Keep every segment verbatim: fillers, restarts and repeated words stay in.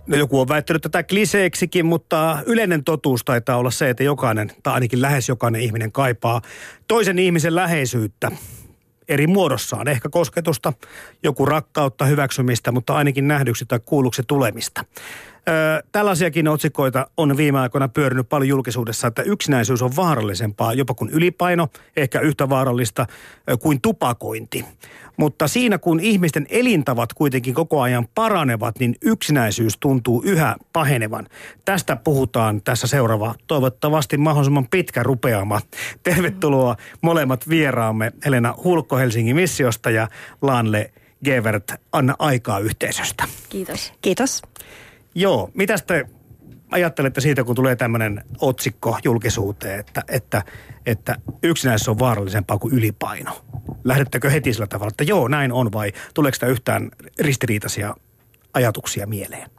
No joku on väittänyt tätä kliseeksikin, mutta yleinen totuus taitaa olla se, että jokainen, tai ainakin lähes jokainen ihminen kaipaa toisen ihmisen läheisyyttä eri muodossaan. Ehkä kosketusta, joku rakkautta, hyväksymistä, mutta ainakin nähdyksi tai kuulluksi tulemista. Öö, tällaisiakin otsikoita on viime aikoina pyörinyt paljon julkisuudessa, että yksinäisyys on vaarallisempaa jopa kuin ylipaino, ehkä yhtä vaarallista kuin tupakointi. Mutta siinä kun ihmisten elintavat kuitenkin koko ajan paranevat, niin yksinäisyys tuntuu yhä pahenevan. Tästä puhutaan tässä seuraava, toivottavasti mahdollisimman pitkä rupeama. Tervetuloa molemmat vieraamme, Helena Hulkko Helsingin missiosta ja Laanle Gevert Anna Aikaa yhteisöstä. Kiitos. Kiitos. Joo, mitäs te ajattelette siitä, kun tulee tämmöinen otsikko julkisuuteen, että, että, että yksinäisyys on vaarallisempaa kuin ylipaino? Lähdettekö heti sillä tavalla, että joo, näin on, vai tuleeko sitä yhtään ristiriitaisia ajatuksia mieleen?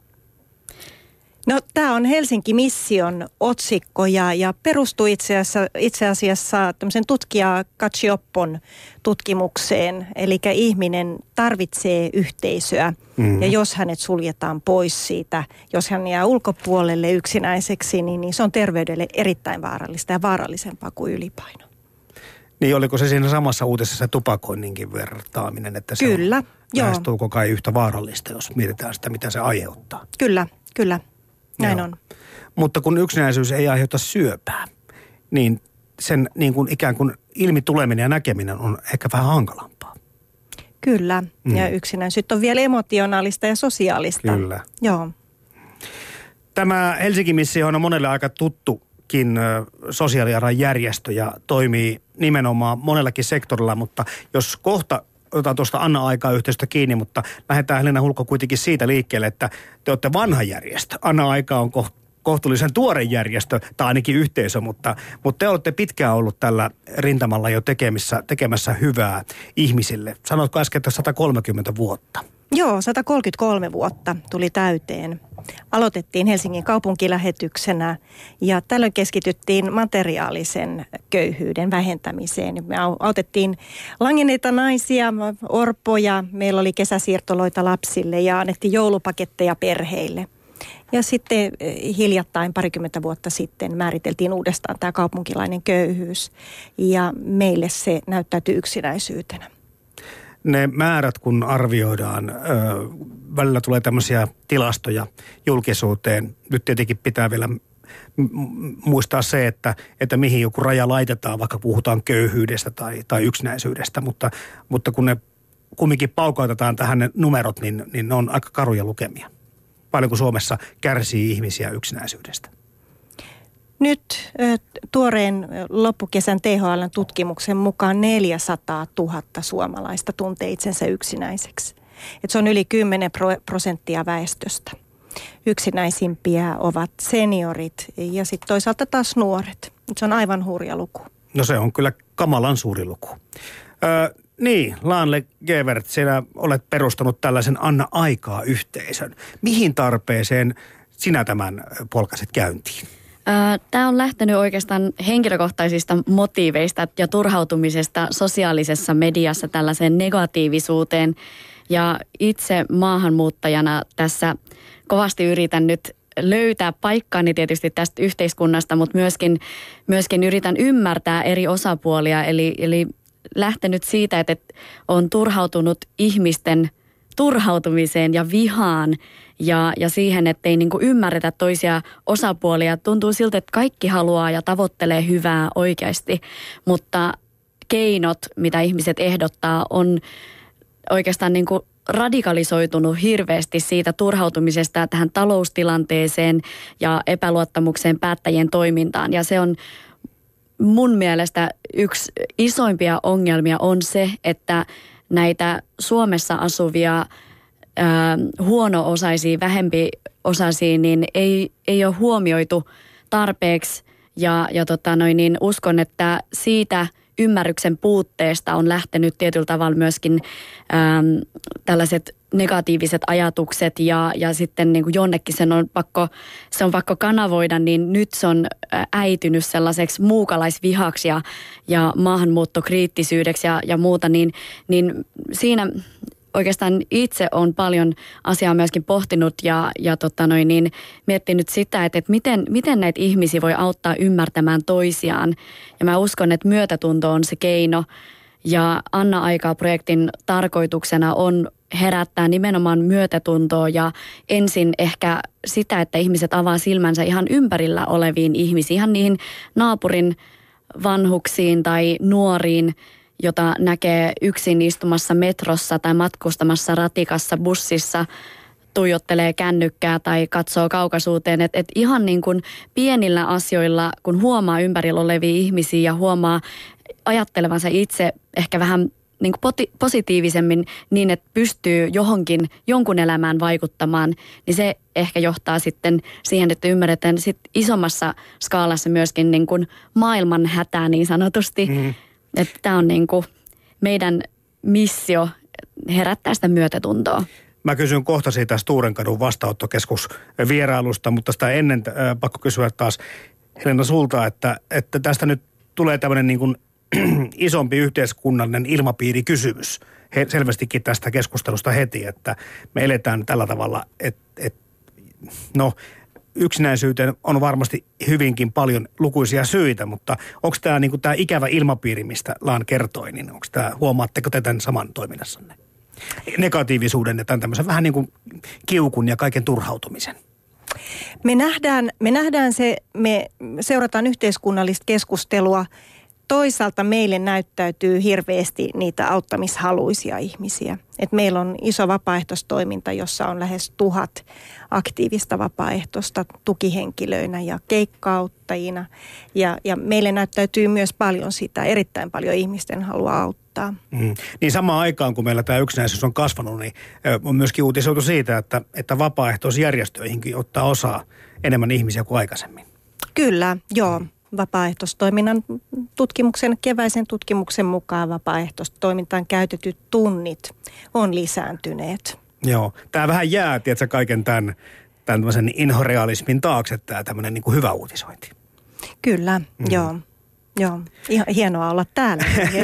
No tämä on Helsinki Mission otsikko ja, ja perustuu itse asiassa, itse asiassa tämmöisen tutkija Kachioppon tutkimukseen. Eli ihminen tarvitsee yhteisöä mm. ja jos hänet suljetaan pois siitä, jos hän jää ulkopuolelle yksinäiseksi, niin, niin se on terveydelle erittäin vaarallista ja vaarallisempaa kuin ylipaino. Niin oliko se siinä samassa uutisessa se tupakoinninkin vertaaminen, että se Kyllä, on joo. lähestulkoon kai yhtä vaarallista, jos mietitään sitä, mitä se aiheuttaa. Kyllä, kyllä. Näin Joo. on. Mutta kun yksinäisyys ei aiheuta syöpää, niin sen niin kuin ikään kuin ilmi tuleminen ja näkeminen on ehkä vähän hankalampaa. Kyllä, Mm. ja yksinäisyyttä on vielä emotionaalista ja sosiaalista. Kyllä. Joo. Tämä Helsingin missio on monelle aika tuttukin ö, sosiaalialan järjestö ja toimii nimenomaan monellakin sektorilla, mutta jos kohta otan tuosta Anna Aikaa yhteystä kiinni, mutta lähdetään Helena Hulkko kuitenkin siitä liikkeelle, että te olette vanha järjestö. Anna Aika on ko- kohtuullisen tuore järjestö, tai ainakin yhteisö, mutta, mutta te olette pitkään ollut tällä rintamalla jo tekemissä, tekemässä hyvää ihmisille. Sanoitko äsken, että sata kolmekymmentä vuotta? Joo, sata kolmekymmentäkolme vuotta tuli täyteen. Aloitettiin Helsingin kaupunkilähetyksenä ja tällöin keskityttiin materiaalisen köyhyyden vähentämiseen. Me autettiin langenneita naisia, orpoja, meillä oli kesäsiirtoloita lapsille ja annettiin joulupaketteja perheille. Ja sitten hiljattain parikymmentä vuotta sitten määriteltiin uudestaan tämä kaupunkilainen köyhyys ja meille se näyttäytyi yksinäisyytenä. Ne määrät, kun arvioidaan, ö, välillä tulee tämmöisiä tilastoja julkisuuteen. Nyt tietenkin pitää vielä m- muistaa se, että, että mihin joku raja laitetaan, vaikka puhutaan köyhyydestä tai, tai yksinäisyydestä. Mutta, mutta kun ne kumminkin paukautetaan tähän ne numerot, niin, niin ne on aika karuja lukemia. Paljonko Suomessa kärsii ihmisiä yksinäisyydestä? Nyt tuoreen loppukesän T H L:n tutkimuksen mukaan neljäsataatuhatta suomalaista tuntee itsensä yksinäiseksi. Et se on yli kymmenen prosenttia väestöstä. Yksinäisimpiä ovat seniorit ja sitten toisaalta taas nuoret. Se on aivan hurja luku. No se on kyllä kamalan suuri luku. Öö, niin, Laanle Gevert, sinä olet perustanut tällaisen Anna Aikaa -yhteisön. Mihin tarpeeseen sinä tämän polkasit käyntiin? Tämä on lähtenyt oikeastaan henkilökohtaisista motiiveista ja turhautumisesta sosiaalisessa mediassa tällaiseen negatiivisuuteen. Ja itse maahanmuuttajana tässä kovasti yritän nyt löytää paikkaani tietysti tästä yhteiskunnasta, mutta myöskin, myöskin yritän ymmärtää eri osapuolia. Eli, eli lähtenyt siitä, että on turhautunut ihmisten turhautumiseen ja vihaan ja, ja siihen, ettei niinku ymmärretä toisia osapuolia. Tuntuu siltä, että kaikki haluaa ja tavoittelee hyvää oikeasti, mutta keinot, mitä ihmiset ehdottaa, on oikeastaan niinku radikalisoitunut hirveästi siitä turhautumisesta tähän taloustilanteeseen ja epäluottamukseen päättäjien toimintaan. Ja se on mun mielestä yksi isoimpia ongelmia on se, että näitä Suomessa asuvia ää, huono-osaisia, vähempiosaisia, niin ei, ei ole huomioitu tarpeeksi. Ja, ja tota noin, niin uskon, että siitä ymmärryksen puutteesta on lähtenyt tietyllä tavalla myöskin ää, tällaiset negatiiviset ajatukset ja, ja sitten niin kuin jonnekin sen on pakko, se on pakko kanavoida, niin nyt se on äitynyt sellaiseksi muukalaisvihaksi ja, ja maahanmuuttokriittisyydeksi ja, ja muuta, niin, niin siinä oikeastaan itse olen paljon asiaa myöskin pohtinut ja, ja tota noin, niin miettinyt sitä, että, että miten, miten näitä ihmisiä voi auttaa ymmärtämään toisiaan. Ja mä uskon, että myötätunto on se keino. Ja Anna Aikaa-projektin tarkoituksena on herättää nimenomaan myötätuntoa ja ensin ehkä sitä, että ihmiset avaa silmänsä ihan ympärillä oleviin ihmisiin, ihan niihin naapurin vanhuksiin tai nuoriin, jota näkee yksin istumassa metrossa tai matkustamassa ratikassa, bussissa, tuijottelee kännykkää tai katsoo kaukaisuuteen. Että et ihan niin kuin pienillä asioilla, kun huomaa ympärillä olevia ihmisiä ja huomaa ajattelevansa itse ehkä vähän niin kuin poti, positiivisemmin niin, että pystyy johonkin, jonkun elämään vaikuttamaan, niin se ehkä johtaa sitten siihen, että ymmärretään sit isommassa skaalassa myöskin niin kuin maailman hätää niin sanotusti. Mm. Että tämä on niin kuin meidän missio herättää sitä myötätuntoa. Mä kysyn kohta siitä Sturenkadun vastaanottokeskus vierailusta, mutta sitä ennen äh, pakko kysyä taas Helena sulta, että, että tästä nyt tulee tämmöinen niin kuin isompi yhteiskunnallinen ilmapiirikysymys He, selvästikin tästä keskustelusta heti, että me eletään tällä tavalla, että, että no yksinäisyyteen on varmasti hyvinkin paljon lukuisia syitä, mutta onko tämä niin kuin tämä ikävä ilmapiiri, mistä Laan kertoi, niin onko tämä, huomaatteko te tämän saman toiminnassanne? Negatiivisuuden ja tämän tämmöisen vähän niin kuin kiukun ja kaiken turhautumisen. Me nähdään, me nähdään se, me seurataan yhteiskunnallista keskustelua. Toisaalta meille näyttäytyy hirveästi niitä auttamishaluisia ihmisiä. Et meillä on iso vapaaehtoistoiminta, jossa on lähes tuhat aktiivista vapaaehtoista tukihenkilöinä ja keikkauttajina. Ja, ja meille näyttäytyy myös paljon sitä, erittäin paljon ihmisten halua auttaa. Mm. Niin samaan aikaan, kun meillä tämä yksinäisyys on kasvanut, niin on myöskin uutisoitu siitä, että, että vapaaehtoisjärjestöihinkin ottaa osaa enemmän ihmisiä kuin aikaisemmin. Kyllä, joo. Vapaaehtoistoiminnan tutkimuksen, keväisen tutkimuksen mukaan vapaaehtoistoimintaan käytetyt tunnit on lisääntyneet. Joo, tämä vähän jää, tiedätkö, kaiken tämän, tämän inhorealismin taakse, tämä tämmöinen niin kuin hyvä uutisointi. Kyllä, mm. joo. Joo, ihan hienoa olla täällä.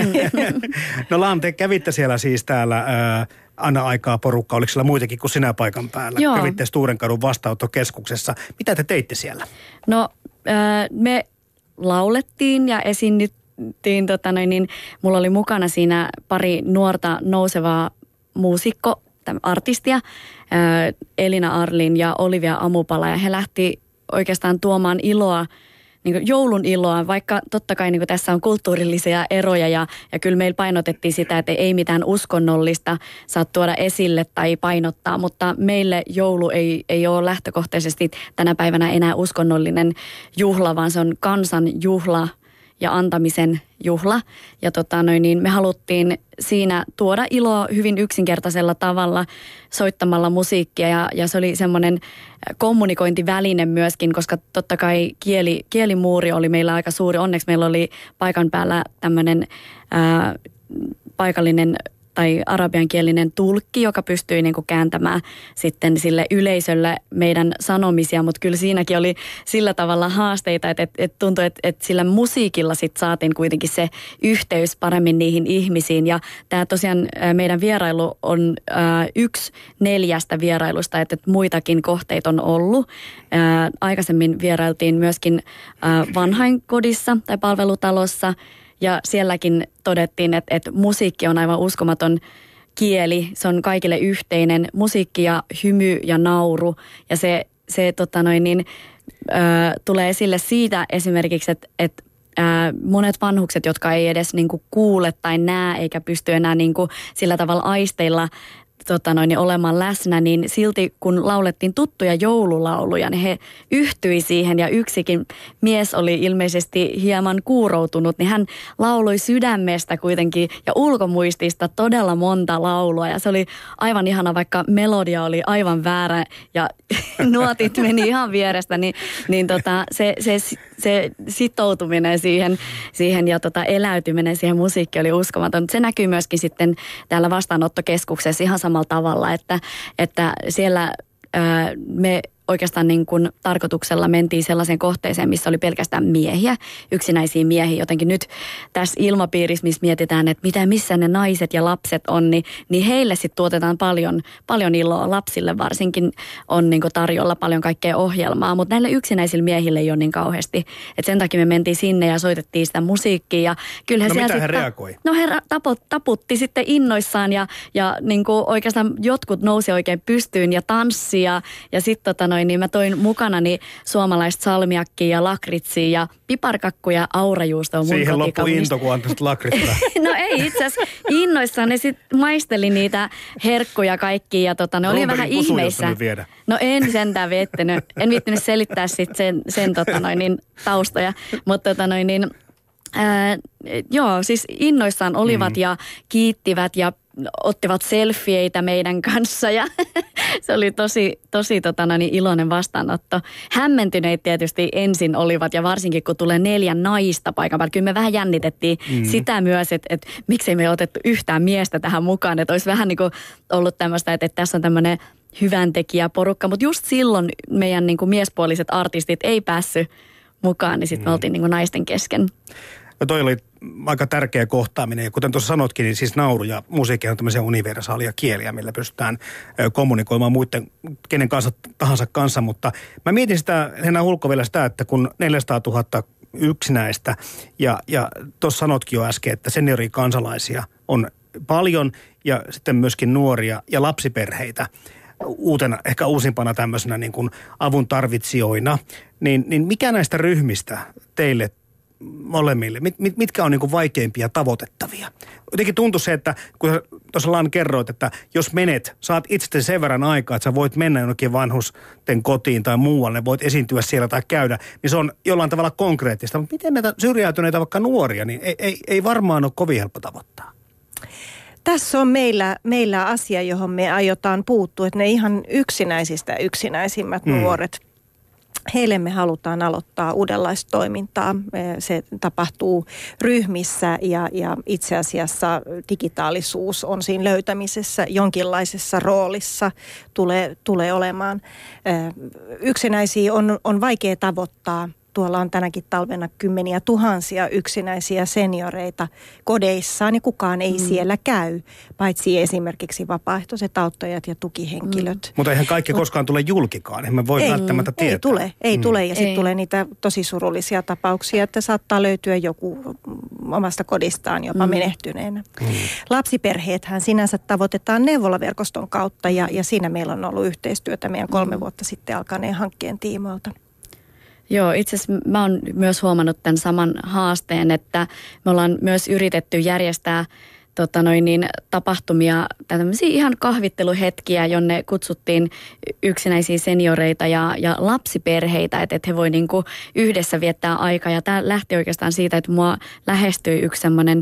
No Laan, te kävitte siellä siis täällä ää, Anna Aikaa porukka, oliko siellä muitakin kuin sinä paikan päällä? Joo. Kävitte Sturenkadun vastaanottokeskuksessa. Mitä te teitte siellä? No ää, me laulettiin ja esiinnyttiin, tota noin, niin mulla oli mukana siinä pari nuorta nousevaa muusikko, artistia, ää, Elina Arlin ja Olivia Amupala, ja he lähti oikeastaan tuomaan iloa, niin kuin joulun iloa, vaikka totta kai niin kuin tässä on kulttuurillisia eroja ja, ja kyllä meillä painotettiin sitä, että ei mitään uskonnollista saa tuoda esille tai painottaa, mutta meille joulu ei, ei ole lähtökohtaisesti tänä päivänä enää uskonnollinen juhla, vaan se on kansan juhla ja antamisen juhla. Ja tota noin, niin me haluttiin siinä tuoda iloa hyvin yksinkertaisella tavalla soittamalla musiikkia ja, ja se oli semmoinen kommunikointiväline myöskin, koska totta kai kieli, kielimuuri oli meillä aika suuri. Onneksi meillä oli paikan päällä tämmöinen ää, paikallinen tai arabiankielinen tulkki, joka pystyi niin kuin kääntämään sitten sille yleisölle meidän sanomisia, mutta kyllä siinäkin oli sillä tavalla haasteita, että, että, että tuntui, että, että sillä musiikilla sitten saatiin kuitenkin se yhteys paremmin niihin ihmisiin. Ja tämä tosiaan meidän vierailu on ää, yksi neljästä vierailusta, että, että muitakin kohteita on ollut. Ää, aikaisemmin vierailtiin myöskin ää, vanhainkodissa tai palvelutalossa. Ja sielläkin todettiin, että, että musiikki on aivan uskomaton kieli. Se on kaikille yhteinen. Musiikki ja hymy ja nauru. Ja se, se tota noin niin, ö, tulee esille siitä esimerkiksi, että, että ö, monet vanhukset, jotka ei edes niin kuin kuule tai näe eikä pysty enää niin kuin sillä tavalla aisteilla Tota noin, niin olemaan läsnä, niin silti kun laulettiin tuttuja joululauluja, niin he yhtyi siihen ja yksikin mies oli ilmeisesti hieman kuuroutunut, niin hän lauloi sydämestä kuitenkin ja ulkomuistista todella monta laulua ja se oli aivan ihana, vaikka melodia oli aivan väärä ja nuotit meni ihan vierestä, niin, niin tota, se, se, se sitoutuminen siihen, siihen ja tota eläytyminen siihen musiikkiin oli uskomaton. Se näkyy myöskin sitten täällä vastaanottokeskuksessa ihan samalla tavalla, että, että siellä ää, me oikeastaan niin kuin tarkoituksella mentiin sellaiseen kohteeseen, missä oli pelkästään miehiä, yksinäisiä miehiä. Jotenkin nyt tässä ilmapiirissä, missä mietitään, että mitä, missä ne naiset ja lapset on, niin, niin heille sitten tuotetaan paljon, paljon iloa. Lapsille varsinkin on niin kuin tarjolla paljon kaikkea ohjelmaa, mutta näille yksinäisille miehille ei ole niin kauheasti. Et sen takia me mentiin sinne ja soitettiin sitä musiikkia. Ja kyllähän no mitä sit, he reagoi? No he taput, taputti sitten innoissaan ja, ja niin kuin oikeastaan jotkut nousi oikein pystyyn ja tanssi ja, ja sitten tota noin, niin mä toin mukanani suomalaista salmiakkia ja lakritsia ja piparkakkuja ja aurajuustoa mun siihen loppui kotikaupungista. into, kun antaisit lakrittaa. No ei itse asiassa. Innoissaan ne sitten maisteli niitä herkkuja kaikki ja tota, ne oli Ruberin vähän pusuja, ihmeissä. jos viedä. No en sentään viettänyt. En viittinyt selittää sitten sen, sen tota noin, niin, taustoja. Mutta tota noin, niin, ää, joo, siis innoissaan olivat mm. ja kiittivät ja ottivat selfieitä meidän kanssa ja se oli tosi, tosi tota, no niin, iloinen vastaanotto. Hämmentyneet tietysti ensin olivat ja varsinkin kun tulee neljä naista paikan päällä. Kyllä me vähän jännitettiin mm. sitä myös, että, että miksei me otettu yhtään miestä tähän mukaan. Että olisi vähän niin kuin ollut tämmöistä, että, että tässä on tämmöinen hyväntekijäporukka. Mutta just silloin meidän niin kuin miespuoliset artistit ei päässyt mukaan, niin sitten mm. me oltiin niin kuin naisten kesken. No toi oli aika tärkeä kohtaaminen ja kuten tuossa sanotkin, niin siis nauru ja musiikki on tämmöisiä universaalia kieliä, millä pystytään kommunikoimaan muiden, kenen kanssa tahansa kanssa, mutta mä mietin sitä, Henna Hulkko vielä sitä, että kun neljäsataatuhatta yksinäistä ja, ja tuossa sanotkin jo äsken, että seniorikansalaisia on paljon ja sitten myöskin nuoria ja lapsiperheitä uutena, ehkä uusimpana tämmöisenä niin kuin avun tarvitsijoina, niin, niin mikä näistä ryhmistä teille molemmille, mit, mit, mitkä on niin kuin vaikeimpia tavoitettavia? Jotenkin tuntui se, että kun tuossa Lan kerroit, että jos menet, saat itsestäsi sen verran aikaa, että sä voit mennä jonnekin vanhusten kotiin tai muualle, voit esiintyä siellä tai käydä, niin se on jollain tavalla konkreettista. Mutta miten näitä syrjäytyneitä vaikka nuoria, niin ei, ei, ei varmaan ole kovin helppo tavoittaa. Tässä on meillä, meillä asia, johon me aiotaan puuttua, että ne ihan yksinäisistä yksinäisimmät mm. nuoret, heille me halutaan aloittaa uudenlaista toimintaa. Se tapahtuu ryhmissä ja, ja itse asiassa digitaalisuus on siinä löytämisessä jonkinlaisessa roolissa tulee, tulee olemaan. Yksinäisiä on, on vaikea tavoittaa. Tuolla on tänäkin talvena kymmeniä tuhansia yksinäisiä senioreita kodeissaan ja kukaan ei mm. siellä käy, paitsi esimerkiksi vapaaehtoiset auttajat ja tukihenkilöt. Mm. Mutta eihän kaikki koskaan tule julkikaan, emme voi ei, välttämättä tietää. Ei tule, ei mm. tule ja sitten ei. tulee niitä tosi surullisia tapauksia, että saattaa löytyä joku omasta kodistaan jopa mm. menehtyneenä. Mm. Lapsiperheethän sinänsä tavoitetaan neuvolaverkoston kautta ja, ja siinä meillä on ollut yhteistyötä meidän kolme mm. vuotta sitten alkaneen hankkeen tiimoilta. Joo, itse asiassa mä oon myös huomannut tämän saman haasteen, että me ollaan myös yritetty järjestää tota noin niin, tapahtumia, tämmöisiä ihan kahvitteluhetkiä, jonne kutsuttiin yksinäisiä senioreita ja, ja lapsiperheitä, että, että he voi niinku yhdessä viettää aikaa. Ja tämä lähti oikeastaan siitä, että mua lähestyi yksi semmoinen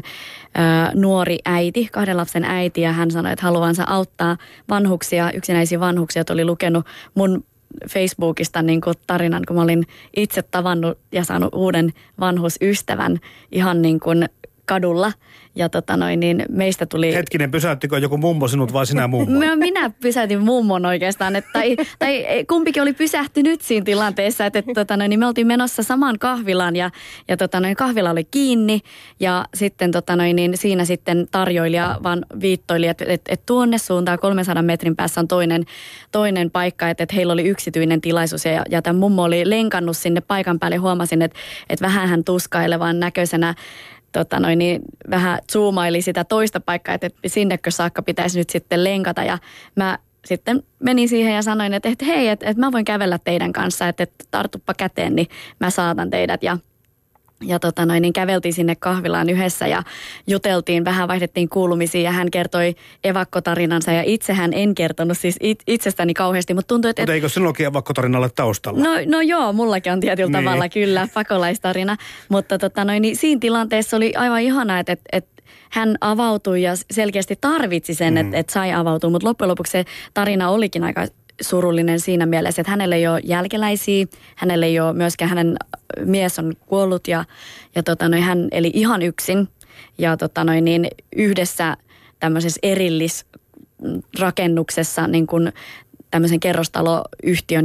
ö, nuori äiti, kahden lapsen äiti, ja hän sanoi, että haluansa auttaa vanhuksia, yksinäisiä vanhuksia, että oli lukenut mun Facebookista niin kuin tarinan, kun mä olin itse tavannut ja saanut uuden vanhusystävän ihan niin kuin kadulla. Ja tota noin, niin meistä tuli... Hetkinen, pysäyttikö joku mummo sinut vai sinä mummo? Minä, minä pysäytin mummon oikeastaan, että, tai, tai kumpikin oli pysähtynyt siinä tilanteessa, että, että tota noin, niin me oltiin menossa samaan kahvilaan ja, ja tota noin, kahvila oli kiinni ja sitten tota noin, niin siinä sitten tarjoilija vaan viittoili, että, että, että tuonne suuntaan kolmensadan metrin päässä on toinen, toinen paikka, että, että heillä oli yksityinen tilaisuus ja, ja tämä mummo oli lenkannut sinne paikan päälle ja huomasin, että, että vähän hän tuskailevan näköisenä Tota noin, niin vähän zoomaili sitä toista paikkaa, että sinnekö saakka pitäisi nyt sitten lenkata. Ja mä sitten menin siihen ja sanoin, että, että hei, että, että mä voin kävellä teidän kanssa, että, että tartuppa käteen, niin mä saatan teidät. Ja, ja tota noin, niin käveltiin sinne kahvilaan yhdessä ja juteltiin, vähän vaihdettiin kuulumisia ja hän kertoi evakkotarinansa. Ja itsehän en kertonut siis it, itsestäni kauheasti, mutta tuntui, että... Mutta eikö sinullakin evakkotarinalle taustalla? No, no joo, mullakin on tietyllä niin. tavalla kyllä pakolaistarina, mutta tota noin, niin siinä tilanteessa oli aivan ihanaa, että, että, että hän avautui ja selkeästi tarvitsi sen, mm. että, että sai avautua, mutta loppujen lopuksi se tarina olikin aika surullinen siinä mielessä, että hänellä ei ole jälkeläisiä, hänellä ei ole myöskään, hänen mies on kuollut ja, ja tota noin, hän eli ihan yksin ja tota noin, niin yhdessä tämmöisessä erillisrakennuksessa niin kuin tämmöisen kerrostaloyhtiön niin kuin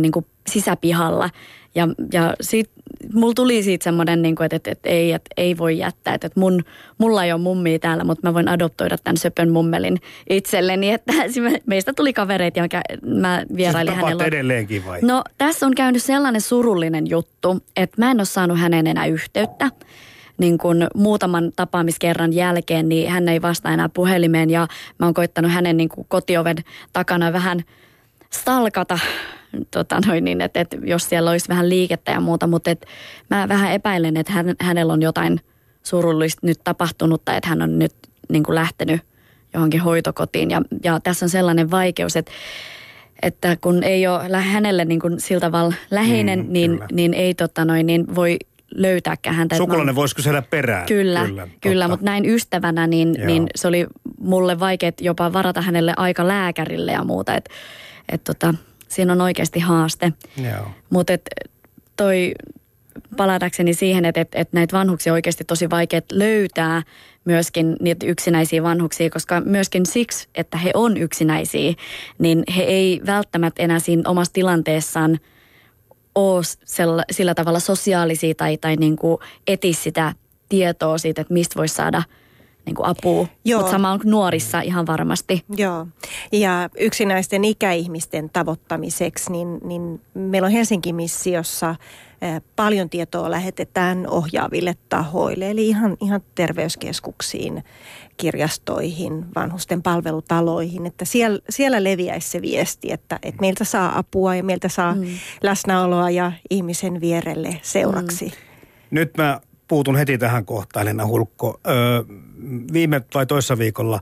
sisäpihalla. Ja, ja sit, mulla tuli siitä semmoinen, niin että, että, että, ei, että ei voi jättää, että, että mun, mulla ei ole mummia täällä, mutta mä voin adoptoida tämän söpön mummelin itselleni. Että meistä tuli kavereita ja mä vierailin siis hänellä. Edelleenkin vai? No tässä on käynyt sellainen surullinen juttu, että mä en ole saanut häneen enää yhteyttä. Niin kun muutaman tapaamiskerran jälkeen, niin hän ei vastaa enää puhelimeen ja mä oon koittanut hänen niin kuin kotioven takana vähän stalkata, tota noin niin, että, että jos siellä olisi vähän liikettä ja muuta, mutta että mä vähän epäilen, että hän, hänellä on jotain surullista nyt tapahtunut tai että hän on nyt niin kuin lähtenyt johonkin hoitokotiin ja, ja tässä on sellainen vaikeus, että että kun ei ole hänelle niin kuin sillä tavalla läheinen, mm, niin, niin ei tota noin, niin voi löytääkään häntä. Sukulainen voisiko siellä perään? Kyllä, kyllä, kyllä mutta näin ystävänä, niin, niin se oli mulle vaikea jopa varata hänelle aika lääkärille ja muuta. Että et tota, siinä on oikeasti haaste. Mutta toi palatakseni siihen, että et, et näitä vanhuksia oikeasti tosi vaikea löytää myöskin niitä yksinäisiä vanhuksia, koska myöskin siksi, että he on yksinäisiä, niin he ei välttämättä enää siinä omassa tilanteessaan ole sella, sillä tavalla sosiaalisia tai, tai niin kuin eti sitä tietoa siitä, että mistä voisi saada niin kuin apua. Mutta sama on nuorissa ihan varmasti. Joo. Ja yksinäisten ikäihmisten tavoittamiseksi, niin, niin meillä on Helsingin missiossa paljon tietoa lähetetään ohjaaville tahoille, eli ihan, ihan terveyskeskuksiin, kirjastoihin, vanhusten palvelutaloihin, että siellä, siellä leviäisi se viesti, että, että meiltä saa apua ja meiltä saa mm. läsnäoloa ja ihmisen vierelle seuraksi. Mm. Nyt mä puutun heti tähän kohtaan, Helena Hulkko. Öö, viime vai toissa viikolla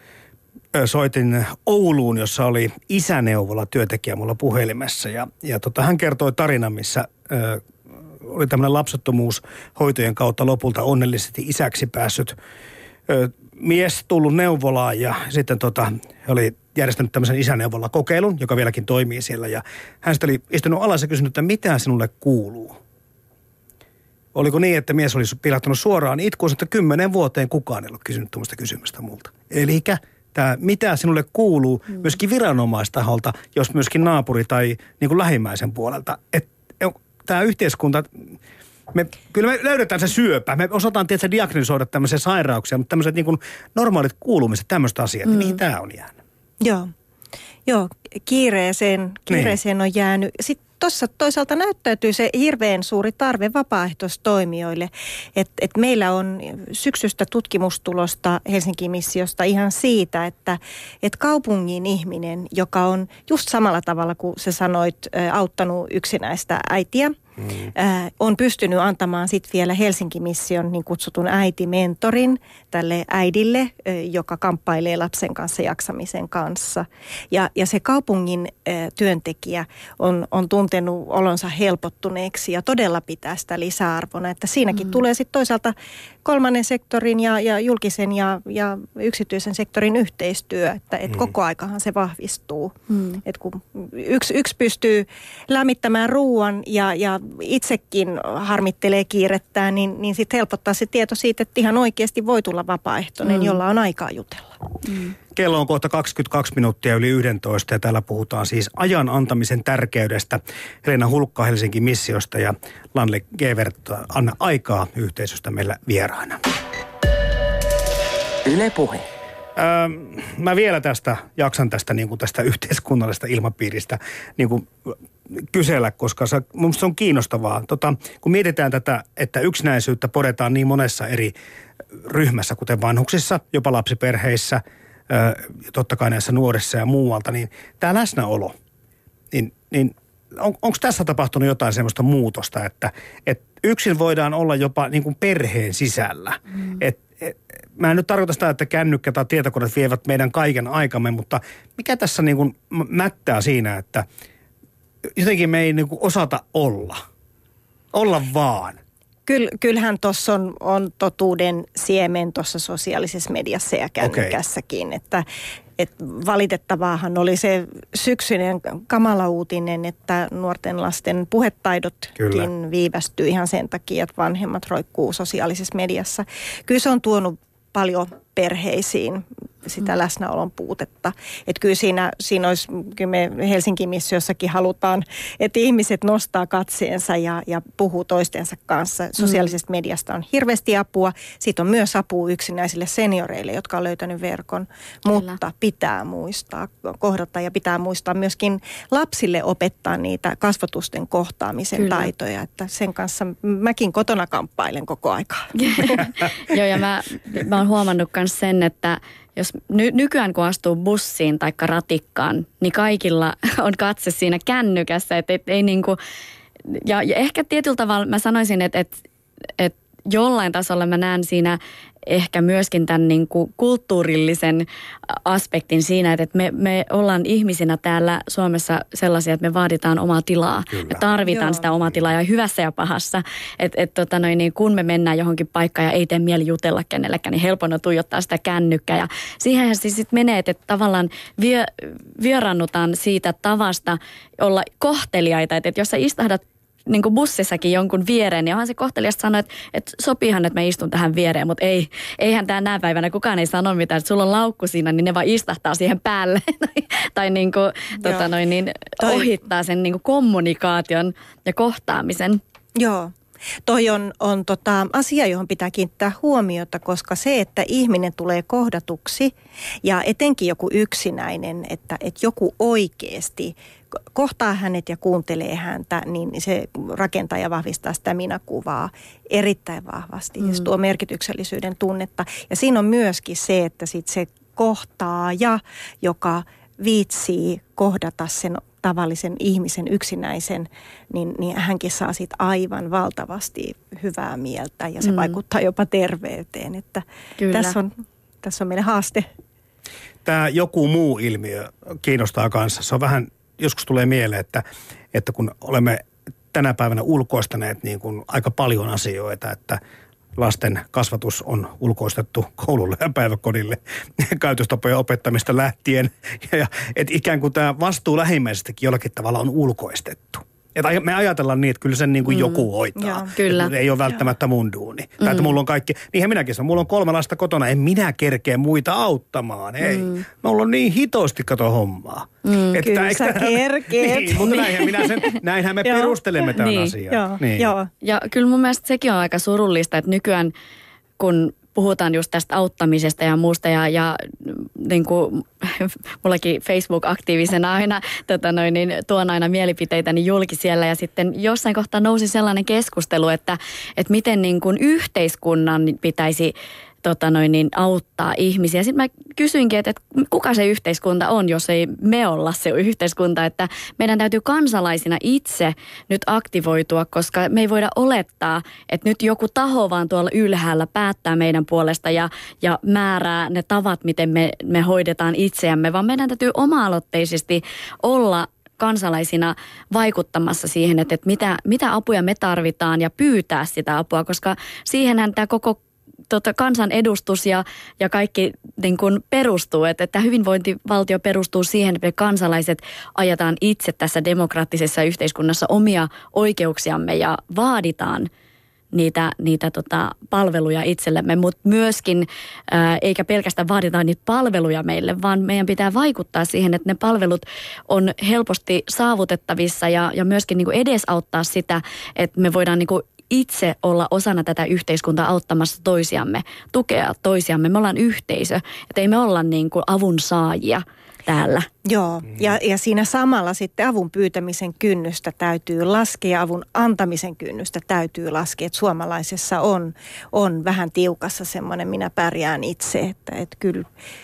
öö, soitin Ouluun, jossa oli isäneuvola työntekijä mulla puhelimessa ja, ja tota, hän kertoi tarinan, missä öö, oli tämmöinen lapsettomuus hoitojen kautta lopulta onnellisesti isäksi päässyt öö, mies tullut neuvolaan ja sitten tota, he oli järjestänyt tämmöisen isäneuvola-kokeilun, joka vieläkin toimii siellä ja hän sitten oli istunut alas ja kysynyt, että mitä sinulle kuuluu? Oliko niin, että mies oli pilahtanut suoraan itkuun, että kymmenen vuoteen kukaan ei ole kysynyt tuommoista kysymystä multa. Elikkä tämä, mitä sinulle kuuluu mm. myöskin viranomaistaholta, jos myöskin naapuri tai niin kuin lähimmäisen puolelta. Että tämä yhteiskunta, me, kyllä me löydetään se syöpä. Me osataan tietysti diagnosoida tämmöisiä sairauksia, mutta tämmöiset niin kuin normaalit kuulumiset, tämmöiset asiat, mm. niin mihin tämä on jäänyt? Joo, Joo kiireeseen, kiireeseen niin. on jäänyt. Sitten tuossa toisaalta näyttäytyy se hirveän suuri tarve vapaaehtoistoimijoille, että et meillä on syksystä tutkimustulosta Helsingin missiosta ihan siitä, että et kaupungin ihminen, joka on just samalla tavalla kuin sä sanoit, auttanut yksinäistä äitiä, Mm. Äh, on pystynyt antamaan sitten vielä Helsingin mission niin kutsutun äitimentorin tälle äidille, äh, joka kamppailee lapsen kanssa jaksamisen kanssa. Ja, ja se kaupungin äh, työntekijä on, on tuntenut olonsa helpottuneeksi ja todella pitää sitä lisäarvona. Että siinäkin mm. tulee sitten toisaalta kolmannen sektorin ja, ja julkisen ja, ja yksityisen sektorin yhteistyö, että et mm. koko aikahan se vahvistuu. Mm. Et kun yksi, yksi pystyy lämmittämään ruuan ja, ja itsekin harmittelee kiirettää, niin, niin sitten helpottaa se tieto siitä, että ihan oikeasti voi tulla vapaaehtoinen, mm. jolla on aikaa jutella. Mm. Kello on kohta kaksikymmentäkaksi minuuttia yli yksitoista ja täällä puhutaan siis ajan antamisen tärkeydestä. Helena Hulkka Helsingin missiosta ja Lanle Gevert, anna aikaa yhteisöstä meillä vieraana. Yle Puhe. Öö, mä vielä tästä, jaksan tästä, niin kuin tästä yhteiskunnallisesta ilmapiiristä niin kuin kysellä, koska se, mun se on kiinnostavaa. Tota, kun mietitään tätä, että yksinäisyyttä podetaan niin monessa eri ryhmässä, kuten vanhuksissa, jopa lapsiperheissä, öö, totta kai näissä nuorissa ja muualta, niin tämä läsnäolo, niin, niin on, onko tässä tapahtunut jotain semmoista muutosta, että, että yksin voidaan olla jopa niin kuin perheen sisällä, mm. että mä en nyt tarkoita sitä, että kännykkä tai tietokoneet vievät meidän kaiken aikamme, mutta mikä tässä niin kuin mättää siinä, että jotenkin me ei niin kuin osata olla. Olla vaan. Kyll, kyllähän tuossa on, on totuuden siemen tuossa sosiaalisessa mediassa ja kännykässäkin, okay. että et valitettavaahan oli se syksyinen kamala uutinen, että nuorten lasten puhetaidotkin Kyllä. viivästyy ihan sen takia, että vanhemmat roikkuu sosiaalisessa mediassa. Kyllä se on tuonut paljon perheisiin sitä läsnäolon puutetta. Että kyllä siinä, siinä olisi, kyllä me Helsinki-missiossakin halutaan, että ihmiset nostaa katseensa ja, ja puhuu toistensa kanssa. Sosiaalisesta mediasta on hirveästi apua. Siitä on myös apua yksinäisille senioreille, jotka on löytänyt verkon. Kyllä. Mutta pitää muistaa kohdata ja pitää muistaa myöskin lapsille opettaa niitä kasvatusten kohtaamisen Kyllä. taitoja. Että sen kanssa mäkin kotona kamppailen koko aikaa. Joo, ja mä, mä oon huomannut myös sen, että jos ny- nykyään kun astuu bussiin tai ratikkaan, niin kaikilla on katse siinä kännykässä, että et, ei niinku, ja, ja ehkä tietyllä tavalla mä sanoisin, että et, et jollain tasolla mä näen siinä ehkä myöskin tämän niin kuin kulttuurillisen aspektin siinä, että me, me ollaan ihmisinä täällä Suomessa sellaisia, että me vaaditaan omaa tilaa. Kyllä. Me tarvitaan Joo. sitä omaa tilaa ja hyvässä ja pahassa. Että et, tota niin, kun me mennään johonkin paikkaan ja ei tee mieli jutella kenellekään, niin helpona tuijottaa sitä kännykkää. Ja siihenhän siis sitten menee, että tavallaan vie, vierannutaan siitä tavasta olla kohteliaita. Että et jos sä istahdat niin kuin bussissakin jonkun viereen, niin onhan se kohteliasta sanoa, että, että sopiihan, että mä istun tähän viereen, mutta ei, eihän tämä nää päivänä kukaan ei sano mitään, että sulla on laukku siinä, niin ne vaan istahtaa siihen päälle tai, tai niin kuin, tota noin, niin ohittaa sen niin kuin kommunikaation ja kohtaamisen. Joo. Toi on, on tota asia, johon pitää kiinnittää huomiota, koska se, että ihminen tulee kohdatuksi ja etenkin joku yksinäinen, että, että joku oikeasti kohtaa hänet ja kuuntelee häntä, niin se rakentaa ja vahvistaa sitä minäkuvaa erittäin vahvasti. Mm. Se tuo merkityksellisyyden tunnetta. Ja siinä on myöskin se, että sit se kohtaaja, joka viitsii kohdata sen tavallisen ihmisen yksinäisen, niin, niin hänkin saa siitä aivan valtavasti hyvää mieltä ja se mm. vaikuttaa jopa terveyteen. Että tässä on, tässä on meidän haaste. Tämä joku muu ilmiö kiinnostaa kanssa. Se on vähän, joskus tulee mieleen, että, että kun olemme tänä päivänä ulkoistaneet niin kuin aika paljon asioita, että lasten kasvatus on ulkoistettu koululle ja päiväkodille käytöstapojen opettamista lähtien. Ja, ja että ikään kuin tämä vastuu lähimmäisestäkin jollakin tavalla on ulkoistettu. Että me ajatellaan niin, että kyllä sen niin kuin mm. joku hoitaa. Kyllä. Ei ole välttämättä mun duuni. Mm. Tai että mulla on kaikki, niinhän minäkin sanon, mulla on kolme lasta kotona, en minä kerkeä muita auttamaan. Ei, mm. mulla on niin hitosti kato hommaa. Mm, että kyllä sä kerkeet. Niin, mutta näinhän, minä sen, näinhän me perustelemme tämän niin. asian. Joo, niin. joo. Ja kyllä mun mielestä sekin on aika surullista, että nykyään kun puhutaan just tästä auttamisesta ja muusta ja, ja niin kuin mullakin Facebook-aktiivisena aina tota noin, niin tuon aina mielipiteitäni julki siellä ja sitten jossain kohtaa nousi sellainen keskustelu, että, että miten niin kuin yhteiskunnan pitäisi tota noin, niin auttaa ihmisiä. Sitten mä kysyinkin, että, että kuka se yhteiskunta on, jos ei me olla se yhteiskunta, että meidän täytyy kansalaisina itse nyt aktivoitua, koska me ei voida olettaa, että nyt joku taho vaan tuolla ylhäällä päättää meidän puolesta ja, ja määrää ne tavat, miten me, me hoidetaan itseämme, vaan meidän täytyy oma-aloitteisesti olla kansalaisina vaikuttamassa siihen, että, että mitä, mitä apuja me tarvitaan ja pyytää sitä apua, koska siihenhän tämä koko Tota, kansanedustus ja, ja kaikki niin kun perustuu, että, että hyvinvointivaltio perustuu siihen, että me kansalaiset ajetaan itse tässä demokraattisessa yhteiskunnassa omia oikeuksiamme ja vaaditaan niitä, niitä tota, palveluja itsellemme, mutta myöskin, ää, eikä pelkästään vaaditaan niitä palveluja meille, vaan meidän pitää vaikuttaa siihen, että ne palvelut on helposti saavutettavissa ja, ja myöskin niin kun edesauttaa sitä, että me voidaan niin kun itse olla osana tätä yhteiskuntaa auttamassa toisiamme, tukea toisiamme. Me ollaan yhteisö, että ei me olla niin kuin avun saajia täällä. Joo, ja, ja siinä samalla sitten avun pyytämisen kynnystä täytyy laskea, avun antamisen kynnystä täytyy laskea. Että suomalaisessa on, on vähän tiukassa semmoinen minä pärjään itse, että, että kyllä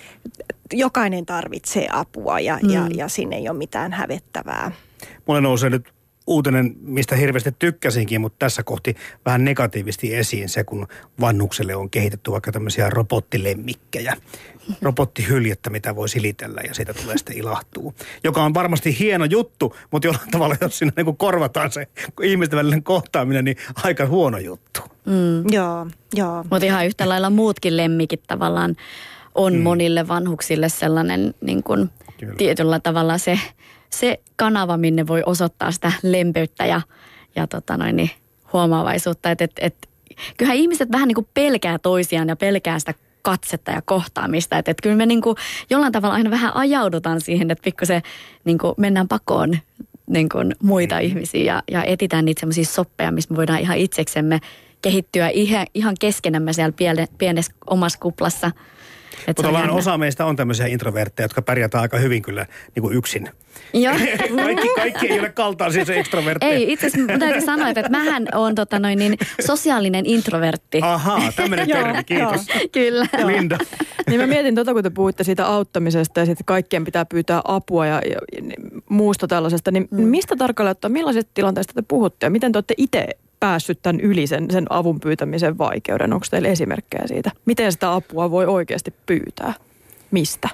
jokainen tarvitsee apua ja, mm. ja, ja siinä ei ole mitään hävettävää. Mulle nousee nyt uutinen, mistä hirveästi tykkäsinkin, mutta tässä kohti vähän negatiivisesti esiin se, kun vanhukselle on kehitetty vaikka tämmöisiä robottilemmikkejä. Robottihyljettä, mitä voi silitellä ja siitä tulee sitten ilahtuu. Joka on varmasti hieno juttu, mutta jollain tavalla, jos siinä niin kuin korvataan se ihmisten välinen kohtaaminen, niin aika huono juttu. Mm. Joo, joo. Mutta ihan yhtä lailla muutkin lemmikit tavallaan on mm. monille vanhuksille sellainen niin kuin tietyllä tavalla se se kanava, minne voi osoittaa sitä lempeyttä ja, ja tota noin, niin huomaavaisuutta. Että et, et, kyllähän ihmiset vähän niin kuin pelkää toisiaan ja pelkää sitä katsetta ja kohtaamista. Että et kyllä me niin kuin jollain tavalla aina vähän ajaudutaan siihen, että pikkusen niin kuin mennään pakoon niin kuin muita mm. ihmisiä ja, ja etitään niitä semmoisia soppeja, missä me voidaan ihan itseksemme kehittyä ihan, ihan keskenämme siellä piene, pienessä omassa kuplassa. Mutta ollaan osa meistä on tämmöisiä introvertteja, jotka pärjätään aika hyvin kyllä niin kuin yksin. Joo. kaikki, kaikki ei ole kaltaisia se ekstrovertteja. Ei, itse asiassa mun täytyy sanoa, että mähän on tota noin niin sosiaalinen introvertti. Ahaa, tämmöinen termi, kiitos. Kyllä. Linda. Niin mä mietin tota, kun te puhuitte siitä auttamisesta ja sitten kaikkien pitää pyytää apua ja, ja, ja muusta tällaisesta, niin mm. mistä tarkalleen ottaa, millaisesta tilanteesta te puhutte ja miten te olette itse päässyt tämän yli sen, sen avun pyytämisen vaikeuden? Onko teillä esimerkkejä siitä? Miten sitä apua voi oikeasti pyytää? Mistä?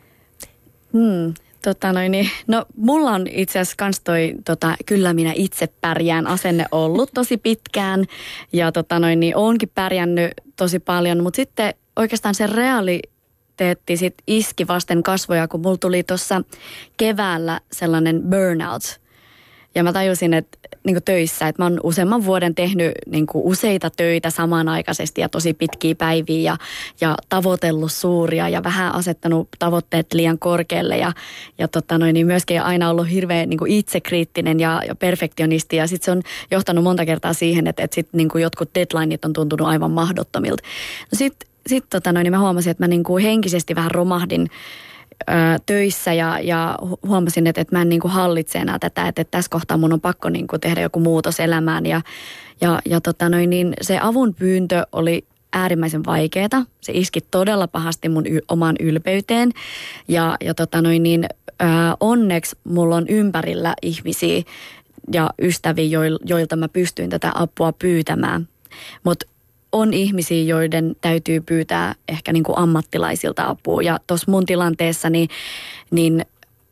Hmm, tota noin, niin, no mulla on itse asiassa kans toi tota, kyllä minä itse pärjään asenne ollut tosi pitkään ja tota noin, niin oonkin pärjännyt tosi paljon, mutta sitten oikeastaan se realiteetti sit iski vasten kasvoja, kun mulla tuli tuossa keväällä sellainen burnout. Ja mä tajusin, että niin kuin töissä, että mä oon useamman vuoden tehnyt niin kuin useita töitä samanaikaisesti ja tosi pitkiä päiviä ja, ja tavoitellut suuria ja vähän asettanut tavoitteet liian korkealle ja, ja tota noin, niin myöskin aina ollut hirveän niin kuin itsekriittinen ja, ja perfektionisti ja sitten se on johtanut monta kertaa siihen, että, että sit niin kuin jotkut deadlineit on tuntunut aivan mahdottomilta. No sitten sit, tota noin, niin mä huomasin, että mä niin kuin henkisesti vähän romahdin töissä ja, ja huomasin, että, että mä en niin kuin hallitse enää tätä, että, että tässä kohtaa mun on pakko niin kuin tehdä joku muutos elämään ja, ja, ja tota noin, niin se avun pyyntö oli äärimmäisen vaikeaa. Se iski todella pahasti mun y- omaan ylpeyteen ja, ja tota noin, niin, ää, onneksi mulla on ympärillä ihmisiä ja ystäviä, joilta mä pystyin tätä apua pyytämään, mutta on ihmisiä, joiden täytyy pyytää ehkä niin kuin ammattilaisilta apua. Ja tuossa mun tilanteessa niin, niin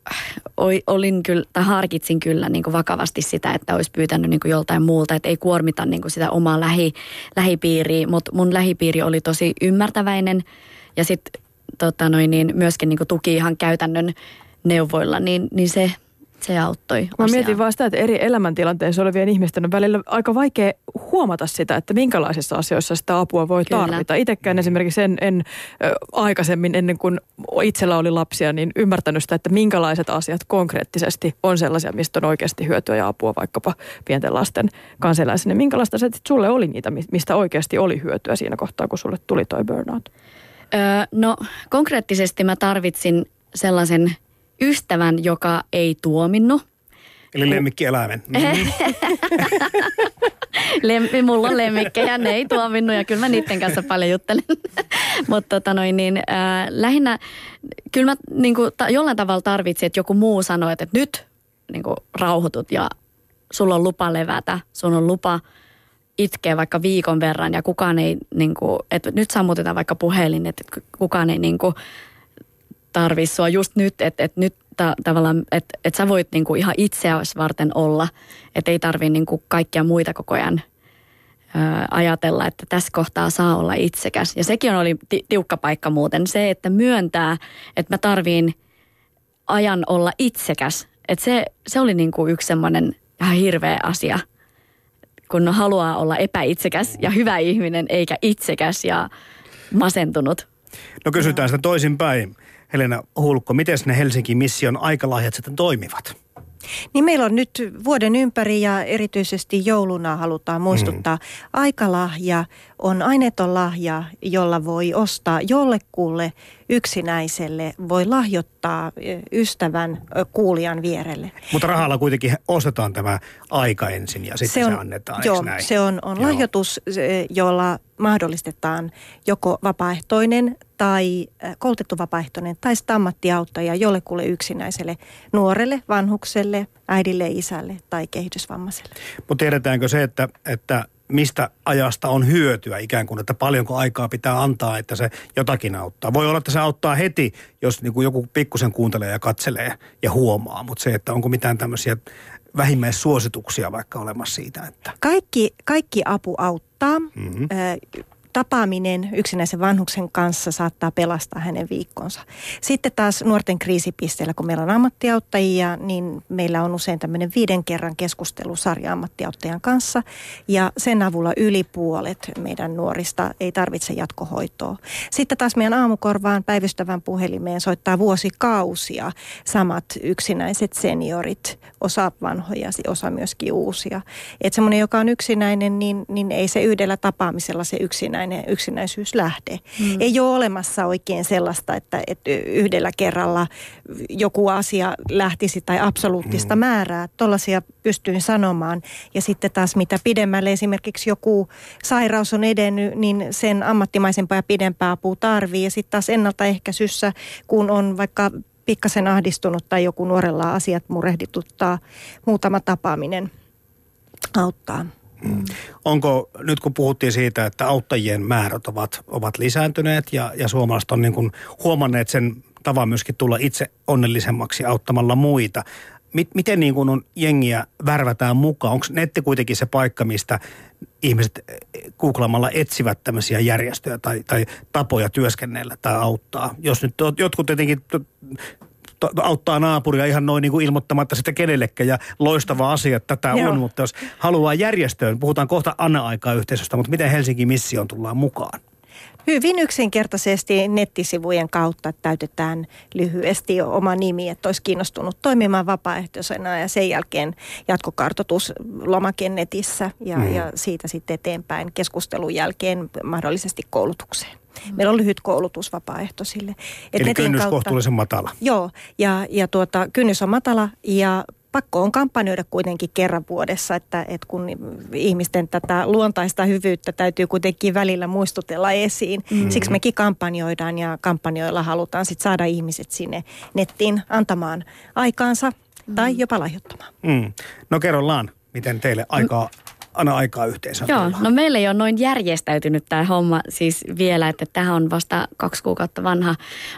olin kyllä, tai harkitsin kyllä niin kuin vakavasti sitä, että olisi pyytänyt niin kuin joltain muulta, että ei kuormita niin kuin sitä omaa lähi, lähipiiriä. Mutta mun lähipiiri oli tosi ymmärtäväinen ja sitten tota noin, niin myöskin niin kuin tuki ihan käytännön neuvoilla, niin, niin se... Se auttoi Mä asiaan. Mietin vaan sitä, että eri elämäntilanteissa olevien ihmisten on välillä aika vaikea huomata sitä, että minkälaisissa asioissa sitä apua voi Kyllä. tarvita. Itsekään esimerkiksi en, en ö, aikaisemmin, ennen kuin itsellä oli lapsia, niin ymmärtänyt sitä, että minkälaiset asiat konkreettisesti on sellaisia, mistä on oikeasti hyötyä ja apua vaikkapa pienten lasten kanssa eläisenne. Minkälaista asiat sulle oli niitä, mistä oikeasti oli hyötyä siinä kohtaa, kun sulle tuli toi burnout? Öö, no konkreettisesti mä tarvitsin sellaisen ystävän, joka ei tuominnut. Eli lemmikkieläimen. Mm-hmm. Lemmi, mulla on lemmikkejä, ne ei tuominnut ja kyllä mä niiden kanssa paljon juttelen. Mutta tota noin niin, äh, lähinnä kyllä mä niin kuin, ta, jollain tavalla tarvitsin, että joku muu sanoi, että, että nyt niin kuin, rauhoitut ja sulla on lupa levätä, sun on lupa itkeä vaikka viikon verran ja kukaan ei, niin kuin, että nyt sammutetaan vaikka puhelin, että kukaan ei niin kuin, tarvii sua just nyt, että, että nyt ta- tavallaan, että, että sä voit niinku ihan itseäsi varten olla, että ei tarvii niinku kaikkia muita koko ajan ö, ajatella, että tässä kohtaa saa olla itsekäs. Ja sekin oli ti- tiukka paikka muuten, se, että myöntää, että mä tarviin ajan olla itsekäs. Että se, se oli niinku yksi semmoinen ihan hirveä asia, kun haluaa olla epäitsekäs ja hyvä ihminen, eikä itsekäs ja masentunut. No kysytään sitä toisinpäin. Helena Hulkko, miten ne Helsingin mission aikalahjat sitten toimivat? Niin meillä on nyt vuoden ympäri ja erityisesti jouluna halutaan muistuttaa. Mm. Aikalahja on aineeton lahja, jolla voi ostaa jollekulle yksinäiselle, voi lahjoittaa ystävän kuulijan vierelle. Mutta rahalla kuitenkin ostetaan tämä aika ensin ja sitten se, on, se annetaan, joo, näin? se on, on lahjoitus, jolla mahdollistetaan joko vapaaehtoinen tai koulutettu vapaaehtoinen tai ammattiauttaja jollekulle yksinäiselle nuorelle, vanhukselle, äidille, isälle tai kehitysvammaiselle. Mutta tiedetäänkö se, että, että mistä ajasta on hyötyä ikään kuin, että paljonko aikaa pitää antaa, että se jotakin auttaa. Voi olla, että se auttaa heti, jos niin kuin joku pikkusen kuuntelee ja katselee ja huomaa, mutta se, että onko mitään tämmöisiä vähimmäissuosituksia vaikka olemassa siitä, että... Kaikki, kaikki apu auttaa. Mm-hmm. tapaaminen yksinäisen vanhuksen kanssa saattaa pelastaa hänen viikkonsa. Sitten taas nuorten kriisipisteellä, kun meillä on ammattiauttajia, niin meillä on usein tämmöinen viiden kerran keskustelusarja ammattiauttajan kanssa. Ja sen avulla yli puolet meidän nuorista ei tarvitse jatkohoitoa. Sitten taas meidän aamukorvaan päivystävän puhelimeen soittaa vuosikausia samat yksinäiset seniorit, osa vanhoja, osa myöskin uusia. Että semmoinen, joka on yksinäinen, niin, niin ei se yhdellä tapaamisella se yksinäinen, yksinäisyys lähde. Mm. Ei ole olemassa oikein sellaista, että, että yhdellä kerralla joku asia lähtisi tai absoluuttista mm. määrää. Tollaisia pystyin sanomaan. Ja sitten taas mitä pidemmälle esimerkiksi joku sairaus on edennyt, niin sen ammattimaisempaa ja pidempää apua tarvii. Ja sitten taas ennaltaehkäisyssä, kun on vaikka pikkasen ahdistunut tai joku nuorella asiat murehdituttaa, muutama tapaaminen auttaa. Mm. Onko, nyt kun puhuttiin siitä, että auttajien määrät ovat, ovat lisääntyneet ja, ja suomalaiset on niin kuin huomanneet sen tavan myöskin tulla itse onnellisemmaksi auttamalla muita. Miten niin kuin on jengiä värvätään mukaan? Onko netti kuitenkin se paikka, mistä ihmiset googlaamalla etsivät tämmöisiä järjestöjä tai, tai tapoja työskennellä tai auttaa? Jos nyt jotkut tietenkin auttaa naapuria ihan noin niin kuin ilmoittamatta sitä kenellekään ja loistava asia, että tätä Joo. on, mutta jos haluaa järjestöön, puhutaan kohta Anna-aikaa yhteisöstä, mutta miten Helsingin missioon tullaan mukaan? Hyvin yksinkertaisesti nettisivujen kautta täytetään lyhyesti oma nimi, että olisi kiinnostunut toimimaan vapaaehtoisena ja sen jälkeen jatkokartoitus lomake netissä ja, mm. ja siitä sitten eteenpäin keskustelun jälkeen mahdollisesti koulutukseen. Meillä on lyhyt koulutus vapaaehtoisille. Et Eli kynnys kautta, kohtuullisen matala. Joo, ja, ja tuota, kynnys on matala ja pakko on kampanjoida kuitenkin kerran vuodessa, että, että kun ihmisten tätä luontaista hyvyyttä täytyy kuitenkin välillä muistutella esiin. Mm. Siksi mekin kampanjoidaan ja kampanjoilla halutaan sitten saada ihmiset sinne nettiin antamaan aikaansa mm. tai jopa lahjoittamaan. Mm. No kerrollaan, miten teille aikaa... Anna aikaa yhteisöön. Joo, no meillä ei ole noin järjestäytynyt tämä homma siis vielä, että tähän on vasta kaksi kuukautta vanha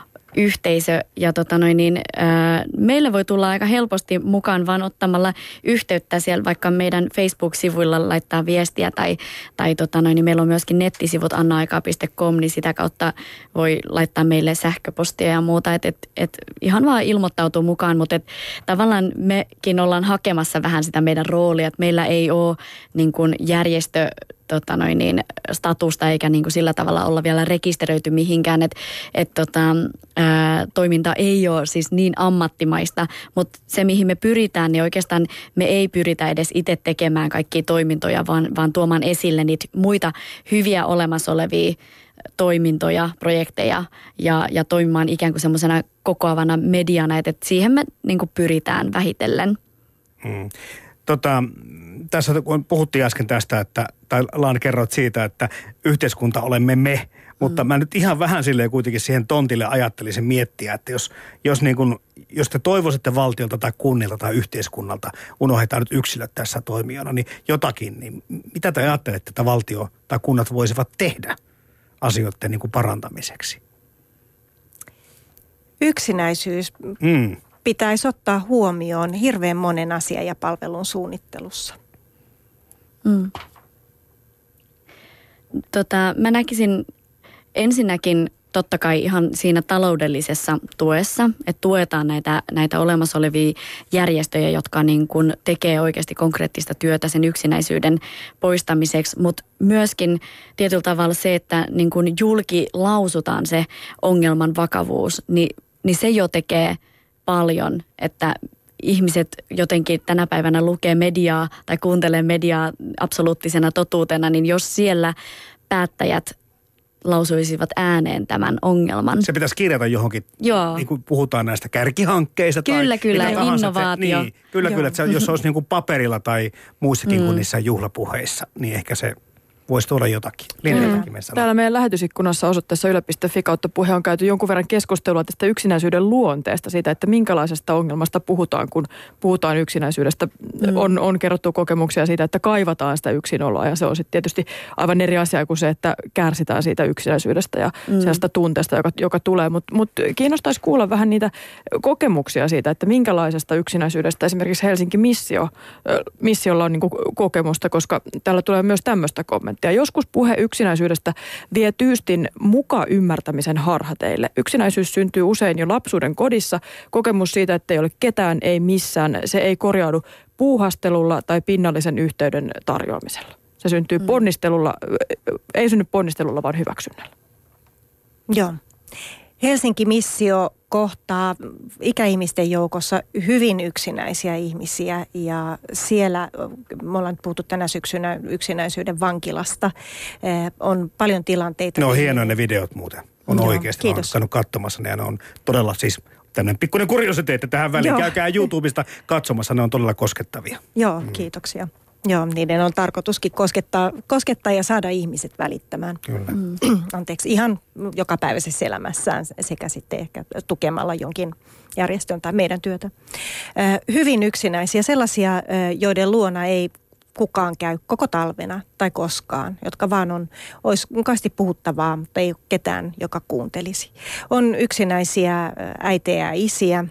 yhteisö ja tota noin, niin, äh, meille voi tulla aika helposti mukaan vaan ottamalla yhteyttä siellä vaikka meidän Facebook-sivuilla laittaa viestiä tai, tai tota noin, niin meillä on myöskin nettisivut anna aikaa piste com, niin sitä kautta voi laittaa meille sähköpostia ja muuta, että et, et ihan vaan ilmoittautuu mukaan, mutta et, tavallaan mekin ollaan hakemassa vähän sitä meidän roolia, että meillä ei ole niin kuin järjestö Tota noin niin, statusta eikä niin kuin sillä tavalla olla vielä rekisteröity mihinkään, että et tota, ää, toiminta ei ole siis niin ammattimaista, mutta se mihin me pyritään, niin oikeastaan me ei pyritä edes itse tekemään kaikkia toimintoja, vaan, vaan tuomaan esille niitä muita hyviä olemassa olevia toimintoja, projekteja ja, ja toimimaan ikään kuin semmoisena kokoavana mediana, että et siihen me niin kuin pyritään vähitellen. Hmm. Tota, tässä kun puhuttiin äsken tästä, että, tai Laan kerroit siitä, että yhteiskunta olemme me, mutta mm. mä nyt ihan vähän silleen kuitenkin siihen tontille ajattelisin miettiä, että jos, jos, niin kun, jos te toivoisitte valtiolta tai kunnilta tai yhteiskunnalta, unohdetaan nyt yksilöt tässä toimijana, niin jotakin, niin mitä te ajattelette, että valtio tai kunnat voisivat tehdä asioiden niin kuin parantamiseksi? Yksinäisyys. Mm. Pitäisi ottaa huomioon hirveän monen asian ja palvelun suunnittelussa. Mm. Tota, mä näkisin ensinnäkin totta kai ihan siinä taloudellisessa tuessa, että tuetaan näitä, näitä olemassa olevia järjestöjä, jotka niin kuin tekee oikeasti konkreettista työtä sen yksinäisyyden poistamiseksi, mutta myöskin tietyllä tavalla se, että niin kuin julki lausutaan se ongelman vakavuus, niin, niin se jo tekee paljon, että ihmiset jotenkin tänä päivänä lukee mediaa tai kuuntelee mediaa absoluuttisena totuutena, niin jos siellä päättäjät lausuisivat ääneen tämän ongelman. Se pitäisi kirjata johonkin, Joo. niin kuin puhutaan näistä kärkihankkeista. Kyllä, tai kyllä, innovaatio. Se, niin, kyllä, Joo. kyllä, että se, jos se olisi niin kuin paperilla tai muissakin mm. kuin niissä juhlapuheissa, niin ehkä se voisi tuoda jotakin. Mm. Täällä meidän lähetysikkunassa osoitteessa yle piste fi kautta puhe on käyty jonkun verran keskustelua tästä yksinäisyyden luonteesta, siitä, että minkälaisesta ongelmasta puhutaan, kun puhutaan yksinäisyydestä. Mm. On, on kerrottu kokemuksia siitä, että kaivataan sitä yksinoloa ja se on sitten tietysti aivan eri asia kuin se, että kärsitään siitä yksinäisyydestä ja mm. sellaista tunteesta, joka, joka tulee. Mutta mut kiinnostaisi kuulla vähän niitä kokemuksia siitä, että minkälaisesta yksinäisyydestä esimerkiksi Helsinki Missio, missiolla on niinku kokemusta, koska täällä tulee myös tämmöistä kommenttia. prosenttia. Joskus puhe yksinäisyydestä vie tyystin muka ymmärtämisen harhateille. Yksinäisyys syntyy usein jo lapsuuden kodissa. Kokemus siitä, että ei ole ketään, ei missään. Se ei korjaudu puuhastelulla tai pinnallisen yhteyden tarjoamisella. Se syntyy mm. ponnistelulla, ei synny ponnistelulla, vaan hyväksynnällä. Joo. Helsinki-missio kohtaa ikäihmisten joukossa hyvin yksinäisiä ihmisiä ja siellä, me ollaan puhuttu tänä syksynä yksinäisyyden vankilasta, on paljon tilanteita. Ne on hienoja ne videot muuten. On Joo, oikeasti. kiitos. Mä oon käynyt katsomassa ne ja ne on todella siis tämmöinen pikkuinen kuriositeetti tähän väliin. Joo. Käykää YouTubesta katsomassa, ne on todella koskettavia. Joo, mm. kiitoksia. Joo, niiden on tarkoituskin koskettaa, koskettaa ja saada ihmiset välittämään. Kyllä. Mm. Anteeksi, ihan jokapäiväisessä elämässään sekä sitten ehkä tukemalla jonkin järjestön tai meidän työtä. Äh, hyvin yksinäisiä, sellaisia, äh, joiden luona ei kukaan käy koko talvena tai koskaan, jotka vaan on, olisi mukaisesti puhuttavaa, mutta ei ole ketään, joka kuuntelisi. On yksinäisiä äitejä ja isiä,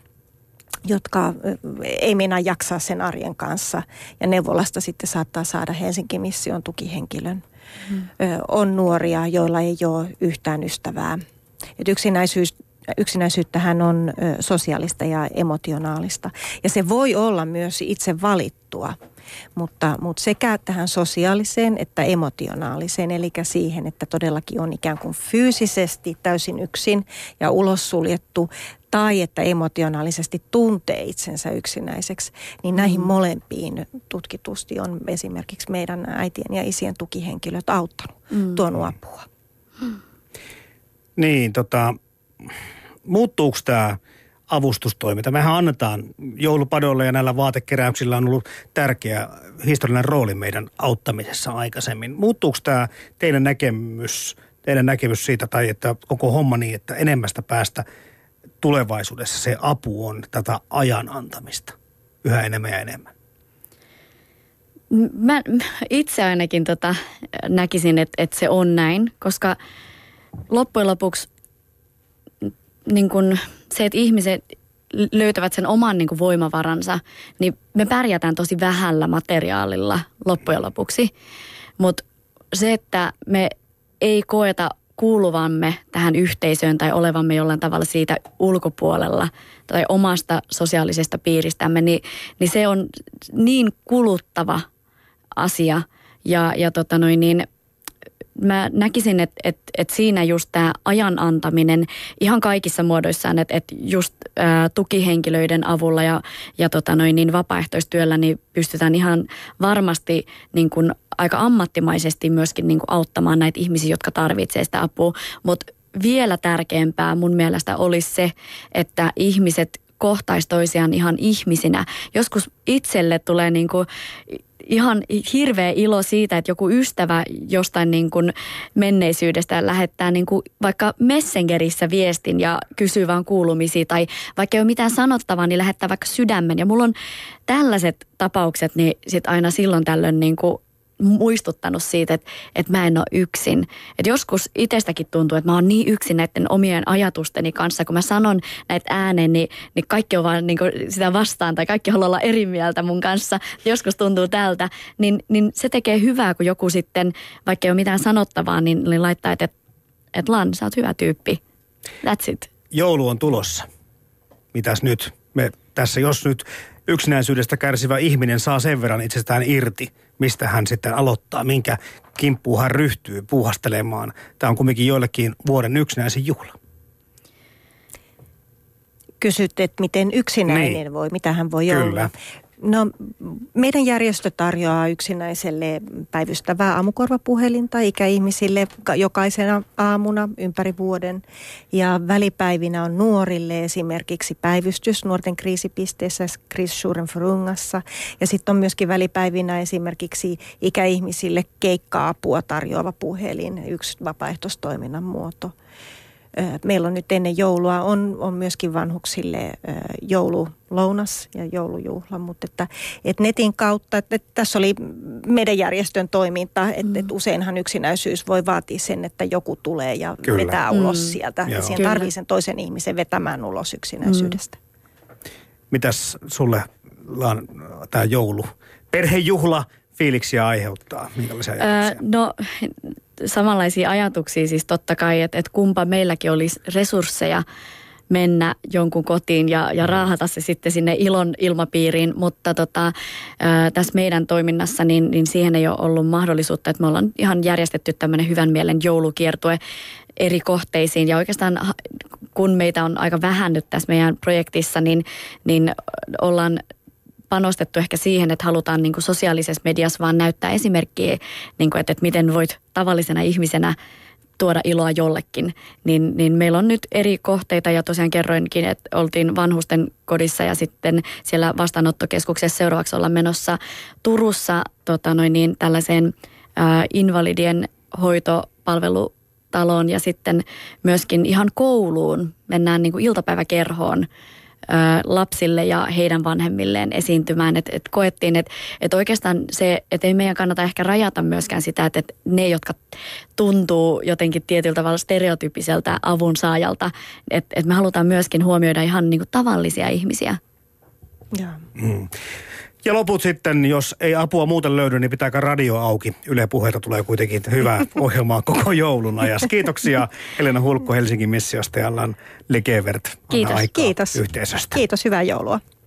jotka ei meinaa jaksaa sen arjen kanssa. Ja neuvolasta sitten saattaa saada Helsinki-mission tukihenkilön. Mm. On nuoria, joilla ei ole yhtään ystävää. Et yksinäisyys, yksinäisyyttähän on sosiaalista ja emotionaalista. Ja se voi olla myös itse valittua, mutta, mutta sekä tähän sosiaaliseen että emotionaaliseen, eli siihen, että todellakin on ikään kuin fyysisesti täysin yksin ja ulos suljettu, tai että emotionaalisesti tuntee itsensä yksinäiseksi, niin näihin mm. molempiin tutkitusti on esimerkiksi meidän äitien ja isien tukihenkilöt auttanut, mm. tuonut apua. Mm. Niin, tota, muuttuuko tämä avustustoiminta? Mehän annetaan joulupadoille ja näillä vaatekeräyksillä on ollut tärkeä historiallinen rooli meidän auttamisessa aikaisemmin. Muuttuuko tämä teidän näkemys, teidän näkemys siitä, tai että koko homma niin, että enemmästä päästä tulevaisuudessa se apu on tätä ajan antamista yhä enemmän ja enemmän? Mä itse ainakin tota, näkisin, että, että se on näin, koska loppujen lopuksi niin kun se, että ihmiset löytävät sen oman niin kun voimavaransa, niin me pärjätään tosi vähällä materiaalilla loppujen lopuksi. Mutta se, että me ei koeta kuuluvamme tähän yhteisöön tai olevamme jollain tavalla siitä ulkopuolella tai omasta sosiaalisesta piiristämme, niin, niin se on niin kuluttava asia. Ja, ja tota noin, niin mä näkisin, että, että, että siinä just tämä ajan antaminen ihan kaikissa muodoissaan, että, että just ää, tukihenkilöiden avulla ja, ja tota noin, niin vapaaehtoistyöllä niin pystytään ihan varmasti niin kuin aika ammattimaisesti myöskin niin kuin auttamaan näitä ihmisiä, jotka tarvitsevat sitä apua. Mutta vielä tärkeämpää mun mielestä olisi se, että ihmiset kohtaisi toisiaan ihan ihmisinä. Joskus itselle tulee niin kuin ihan hirveä ilo siitä, että joku ystävä jostain niin kuin menneisyydestä lähettää niin kuin vaikka Messengerissä viestin ja kysyy vaan kuulumisia. Tai vaikka ei ole mitään sanottavaa, niin lähettää vaikka sydämen. Ja mulla on tällaiset tapaukset, niin sit aina silloin tällöin niin kuin muistuttanut siitä, että, että mä en ole yksin. Että joskus itsestäkin tuntuu, että mä oon niin yksin näiden omien ajatusteni kanssa. Kun mä sanon näitä ääneen, niin, niin kaikki on vaan niin kuin sitä vastaan tai kaikki haluaa olla eri mieltä mun kanssa. Joskus tuntuu tältä. Niin, niin se tekee hyvää, kun joku sitten, vaikka ei ole mitään sanottavaa, niin, niin laittaa, että, että Lan, sä oot hyvä tyyppi. That's it. Joulu on tulossa. Mitäs nyt? Me tässä, jos nyt yksinäisyydestä kärsivä ihminen saa sen verran itsestään irti, mistä hän sitten aloittaa, minkä kimppuun hän ryhtyy puuhastelemaan. Tämä on kuitenkin joillekin vuoden yksinäisin juhla. Kysyt, että miten yksinäinen niin voi, mitä hän voi Kyllä. olla. No, meidän järjestö tarjoaa yksinäiselle päivystävää aamukorvapuhelinta ikäihmisille jokaisena aamuna ympäri vuoden. Ja välipäivinä on nuorille esimerkiksi päivystys nuorten kriisipisteessä Kriisjouren för Ungassa. Ja sitten on myöskin välipäivinä esimerkiksi ikäihmisille keikka-apua tarjoava puhelin, yksi vapaaehtoistoiminnan muoto. Meillä on nyt ennen joulua, on, on myöskin vanhuksille joululounas ja joulujuhla, mutta että, että netin kautta, että, että tässä oli meidän järjestön toiminta, että, mm. että useinhan yksinäisyys voi vaatia sen, että joku tulee ja Kyllä. vetää ulos mm. sieltä. Ja siihen tarvii sen toisen ihmisen vetämään ulos yksinäisyydestä. Mm. Mitäs sulle tämä joulu? Perhejuhla, fiiliksiä aiheuttaa? Minkälaisia ajatuksia? Öö, no samanlaisia ajatuksia siis totta kai, että, että kumpa meilläkin olisi resursseja mennä jonkun kotiin ja, ja raahata se sitten sinne ilon ilmapiiriin, mutta tota, ää, tässä meidän toiminnassa niin, niin siihen ei ole ollut mahdollisuutta, että me ollaan ihan järjestetty tämmöinen hyvän mielen joulukiertue eri kohteisiin ja oikeastaan kun meitä on aika vähän nyt tässä meidän projektissa, niin, niin ollaan panostettu ehkä siihen, että halutaan niin kuin sosiaalisessa mediassa vaan näyttää esimerkkiä, niin kuin, että, että miten voit tavallisena ihmisenä tuoda iloa jollekin, niin, niin meillä on nyt eri kohteita ja tosiaan kerroinkin, että oltiin vanhusten kodissa ja sitten siellä vastaanottokeskuksessa seuraavaksi ollaan menossa Turussa tota noin niin, tällaiseen ää, invalidien hoitopalvelutaloon ja sitten myöskin ihan kouluun mennään niin kuin iltapäiväkerhoon lapsille ja heidän vanhemmilleen esiintymään. Että et koettiin, että et oikeastaan se, että ei meidän kannata ehkä rajata myöskään sitä, että et ne, jotka tuntuu jotenkin tietyllä tavalla stereotyyppiseltä avunsaajalta, että et me halutaan myöskin huomioida ihan niin kuin tavallisia ihmisiä. Ja. Mm. Ja loput sitten, jos ei apua muuten löydy, niin pitääkö radio auki? Yle Puheelta tulee kuitenkin hyvää ohjelmaa koko joulun ajassa. Kiitoksia Helena Hulkko Helsingin missiosta ja Allan Lekevert. Kiitos. Kiitos. Yhteisöstä. Kiitos, hyvää joulua.